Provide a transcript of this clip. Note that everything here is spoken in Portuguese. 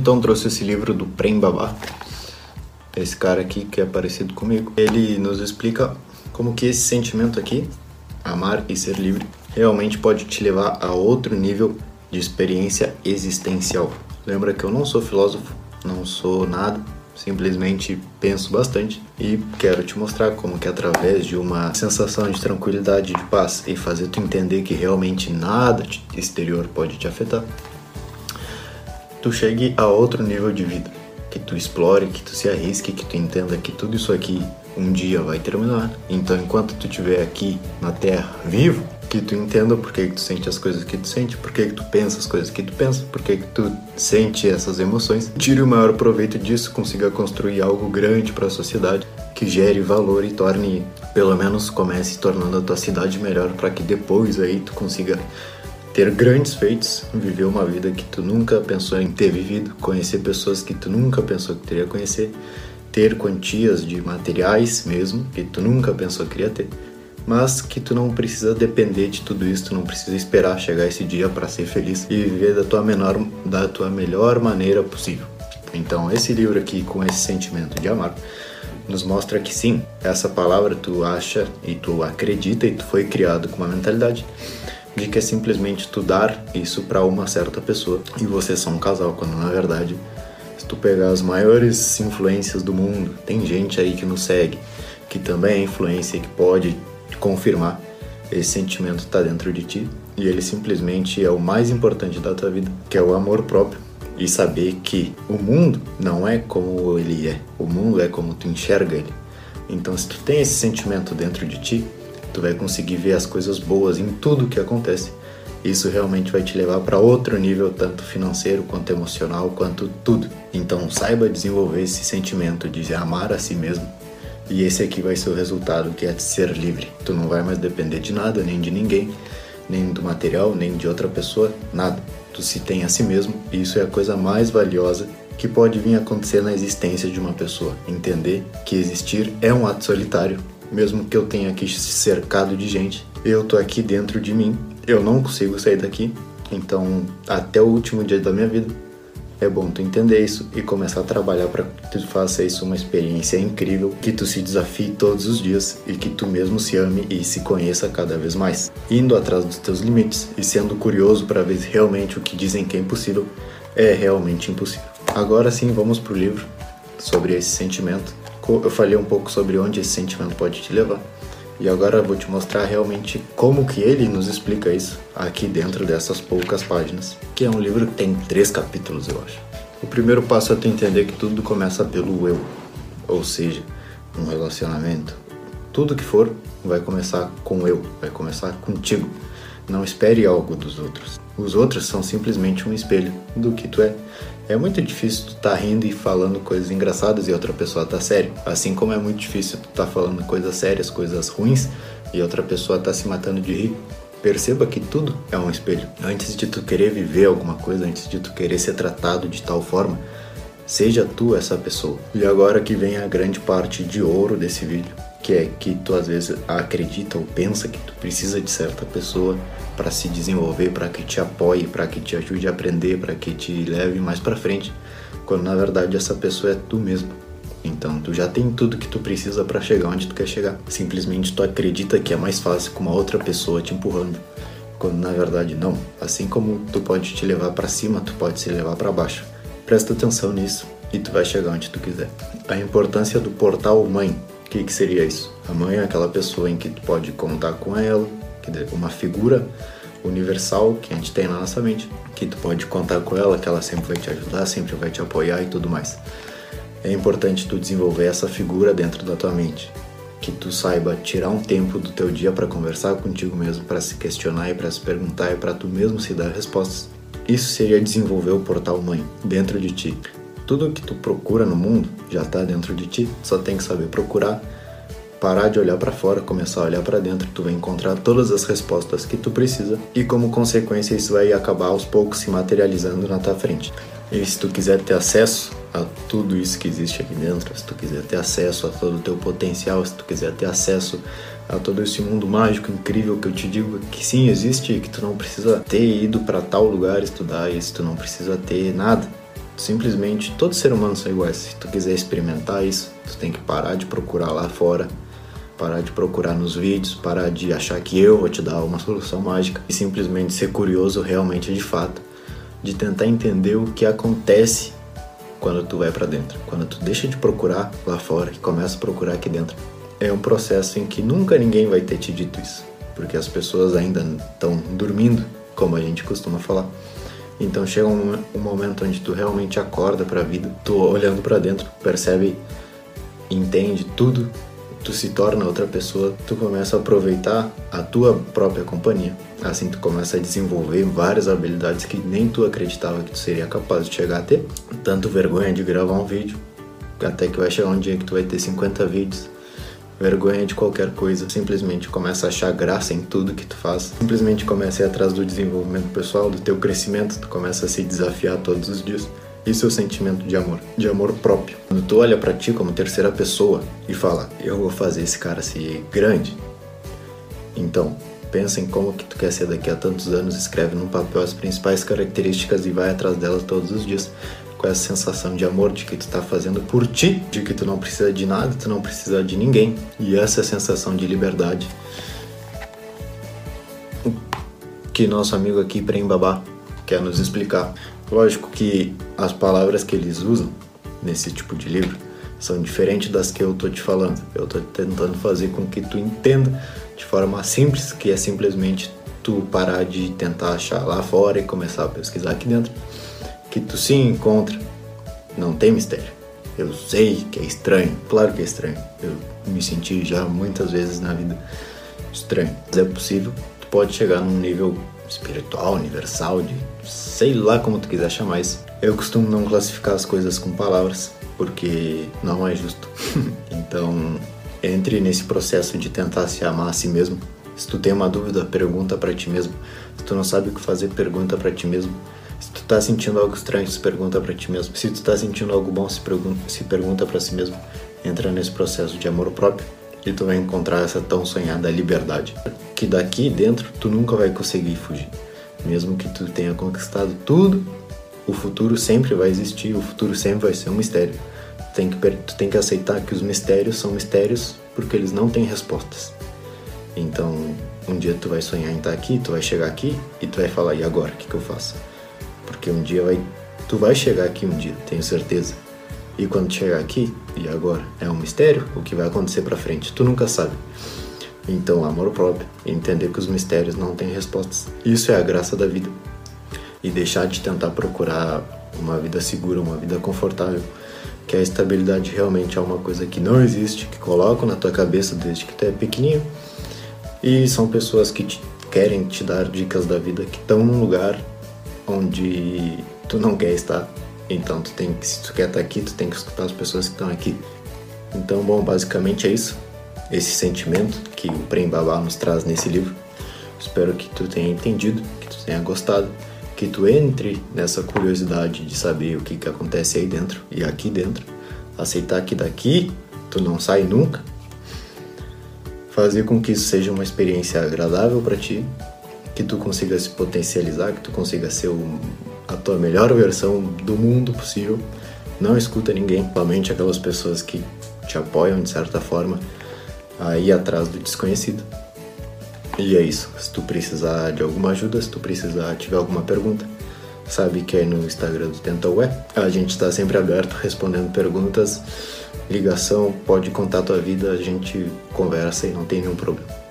Então trouxe esse livro do Prem Babá, esse cara aqui que é parecido comigo. Ele nos explica como que esse sentimento aqui, amar e ser livre, realmente pode te levar a outro nível de experiência existencial. Lembra que eu não sou filósofo, não sou nada, simplesmente penso bastante e quero te mostrar como que através de uma sensação de tranquilidade, de paz e fazer tu entender que realmente nada exterior pode te afetar, tu chegue a outro nível de vida, que tu explore, que tu se arrisque, que tu entenda que tudo isso aqui um dia vai terminar. Então enquanto tu estiver aqui na Terra vivo, que tu entenda por que tu sente as coisas que tu sente, por que tu pensa as coisas que tu pensa, por que tu sente essas emoções. Tire o maior proveito disso, consiga construir algo grande para a sociedade, que gere valor e torne, pelo menos comece tornando a tua cidade melhor, para que depois aí tu consiga ter grandes feitos, viver uma vida que tu nunca pensou em ter vivido, conhecer pessoas que tu nunca pensou que teria conhecer, ter quantias de materiais mesmo que tu nunca pensou que queria ter, mas que tu não precisa depender de tudo isso, tu não precisa esperar chegar esse dia para ser feliz e viver da tua melhor maneira possível. Então esse livro aqui, com esse sentimento de amar, nos mostra que sim, essa palavra tu acha e tu acredita e tu foi criado com uma mentalidade de que é simplesmente tu dar isso para uma certa pessoa e vocês são um casal, quando na verdade, se tu pegar as maiores influências do mundo, tem gente aí que nos segue, que também é influência e que pode confirmar esse sentimento está dentro de ti e ele simplesmente é o mais importante da tua vida, que é o amor próprio e saber que o mundo não é como ele é, o mundo é como tu enxerga ele. Então se tu tem esse sentimento dentro de ti, tu vai conseguir ver as coisas boas em tudo que acontece. Isso realmente vai te levar para outro nível, tanto financeiro quanto emocional, quanto tudo. Então saiba desenvolver esse sentimento de amar a si mesmo. E esse aqui vai ser o resultado, que é ser livre. Tu não vai mais depender de nada, nem de ninguém, nem do material, nem de outra pessoa, nada. Tu se tem a si mesmo e isso é a coisa mais valiosa que pode vir a acontecer na existência de uma pessoa. Entender que existir é um ato solitário, mesmo que eu tenha aqui cercado de gente. Eu tô aqui dentro de mim, eu não consigo sair daqui, então até o último dia da minha vida é bom tu entender isso e começar a trabalhar para que tu faça isso uma experiência incrível, que tu se desafie todos os dias e que tu mesmo se ame e se conheça cada vez mais, indo atrás dos teus limites e sendo curioso para ver realmente o que dizem que é impossível é realmente impossível. Agora sim, vamos pro livro sobre esse sentimento. Eu falei um pouco sobre onde esse sentimento pode te levar e agora eu vou te mostrar realmente como que ele nos explica isso aqui dentro dessas poucas páginas, que é um livro que tem 3 capítulos, eu acho. O primeiro passo é tu entender que tudo começa pelo eu, ou seja, um relacionamento, tudo que for vai começar com eu, vai começar contigo. Não espere algo dos outros. Os outros são simplesmente um espelho do que tu é. É muito difícil tu tá rindo e falando coisas engraçadas e outra pessoa tá sério. Assim como é muito difícil tu tá falando coisas sérias, coisas ruins e outra pessoa tá se matando de rir. Perceba que tudo é um espelho. Antes de tu querer viver alguma coisa, antes de tu querer ser tratado de tal forma, seja tu essa pessoa. E agora que vem a grande parte de ouro desse vídeo, que é que tu às vezes acredita ou pensa que tu precisa de certa pessoa para se desenvolver, para que te apoie, para que te ajude a aprender, para que te leve mais para frente, quando na verdade essa pessoa é tu mesmo. Então tu já tem tudo que tu precisa para chegar onde tu quer chegar. Simplesmente tu acredita que é mais fácil com uma outra pessoa te empurrando, quando na verdade não. Assim como tu pode te levar para cima, tu pode se levar para baixo. Presta atenção nisso e tu vai chegar onde tu quiser. A importância do portal mãe. O que seria isso? A mãe é aquela pessoa em que tu pode contar com ela, que é uma figura universal que a gente tem na nossa mente, que tu pode contar com ela, que ela sempre vai te ajudar, sempre vai te apoiar e tudo mais. É importante tu desenvolver essa figura dentro da tua mente, que tu saiba tirar um tempo do teu dia para conversar contigo mesmo, para se questionar e para se perguntar e para tu mesmo se dar respostas. Isso seria desenvolver o portal mãe dentro de ti. Tudo que tu procura no mundo já está dentro de ti, só tem que saber procurar, parar de olhar para fora, começar a olhar para dentro, tu vai encontrar todas as respostas que tu precisa e como consequência isso vai acabar aos poucos se materializando na tua frente. E se tu quiser ter acesso a tudo isso que existe aqui dentro, se tu quiser ter acesso a todo o teu potencial, se tu quiser ter acesso a todo esse mundo mágico, incrível que eu te digo que sim existe, que tu não precisa ter ido para tal lugar estudar, e se tu não precisa ter nada, Simplesmente, todos os seres humanos são iguais. Se tu quiser experimentar isso, tu tem que parar de procurar lá fora, parar de procurar nos vídeos, parar de achar que eu vou te dar uma solução mágica e simplesmente ser curioso realmente de fato, de tentar entender o que acontece quando tu vai pra dentro. Quando tu deixa de procurar lá fora e começa a procurar aqui dentro. É um processo em que nunca ninguém vai ter te dito isso, porque as pessoas ainda estão dormindo, como a gente costuma falar. Então chega um momento onde tu realmente acorda pra vida, tu olhando pra dentro, percebe, entende tudo, tu se torna outra pessoa, tu começa a aproveitar a tua própria companhia. Assim tu começa a desenvolver várias habilidades que nem tu acreditava que tu seria capaz de chegar a ter. Tanto vergonha de gravar um vídeo, até que vai chegar um dia que tu vai ter 50 vídeos. Vergonha de qualquer coisa, simplesmente começa a achar graça em tudo que tu faz, simplesmente começa a ir atrás do desenvolvimento pessoal, do teu crescimento, tu começa a se desafiar todos os dias. Isso é o sentimento de amor próprio. Quando tu olha pra ti como terceira pessoa e fala, eu vou fazer esse cara ser grande, então pensa em como que tu quer ser daqui a tantos anos, escreve num papel as principais características e vai atrás delas todos os dias. Com essa sensação de amor de que tu tá fazendo por ti, de que tu não precisa de nada, tu não precisa de ninguém. E essa sensação de liberdade que nosso amigo aqui, Prem Babá, quer nos explicar. Lógico que as palavras que eles usam nesse tipo de livro são diferentes das que eu tô te falando. Eu tô tentando fazer com que tu entenda de forma simples, que é simplesmente tu parar de tentar achar lá fora e começar a pesquisar aqui dentro. Que tu se encontra, não tem mistério. Eu sei que é estranho, claro que é estranho. Eu me senti já muitas vezes na vida estranho. Mas é possível, tu pode chegar num nível espiritual, universal, de sei lá como tu quiser chamar isso. Eu costumo não classificar as coisas com palavras, porque não é justo. Então, entre nesse processo de tentar se amar a si mesmo. Se tu tem uma dúvida, pergunta pra ti mesmo. Se tu não sabe o que fazer, pergunta pra ti mesmo. Se tu tá sentindo algo estranho, se pergunta pra ti mesmo. Se tu tá sentindo algo bom, se pergunta pra si mesmo. Entra nesse processo de amor próprio e tu vai encontrar essa tão sonhada liberdade. Que daqui dentro tu nunca vai conseguir fugir. Mesmo que tu tenha conquistado tudo, o futuro sempre vai existir, o futuro sempre vai ser um mistério. Tu tem que aceitar que os mistérios são mistérios porque eles não têm respostas. Então, um dia tu vai sonhar em estar aqui, tu vai chegar aqui e tu vai falar, e agora, o que eu faço? Porque um dia tu vai chegar aqui um dia, tenho certeza. E quando chegar aqui, e agora? É um mistério o que vai acontecer pra frente, tu nunca sabe. Então, amor próprio, entender que os mistérios não têm respostas. Isso é a graça da vida. E deixar de tentar procurar uma vida segura, uma vida confortável, que a estabilidade realmente é uma coisa que não existe, que colocam na tua cabeça desde que tu é pequenininho. E são pessoas que querem te dar dicas da vida, que estão num lugar onde tu não quer estar. Então se tu quer estar aqui, tu tem que escutar as pessoas que estão aqui. Então, bom, basicamente é isso. Esse sentimento que o Prem Babá nos traz nesse livro. Espero que tu tenha entendido, que tu tenha gostado, que tu entre nessa curiosidade de saber o que acontece aí dentro e aqui dentro. Aceitar que daqui tu não sai nunca. Fazer com que isso seja uma experiência agradável para ti, que tu consiga se potencializar, que tu consiga ser a tua melhor versão do mundo possível. Não escuta ninguém, somente aquelas pessoas que te apoiam de certa forma a ir atrás do desconhecido. E é isso. Se tu precisar de alguma ajuda, se tu tiver alguma pergunta, sabe que é no Instagram do Tenta Ué. A gente está sempre aberto, respondendo perguntas, ligação, pode contar tua vida, a gente conversa e não tem nenhum problema.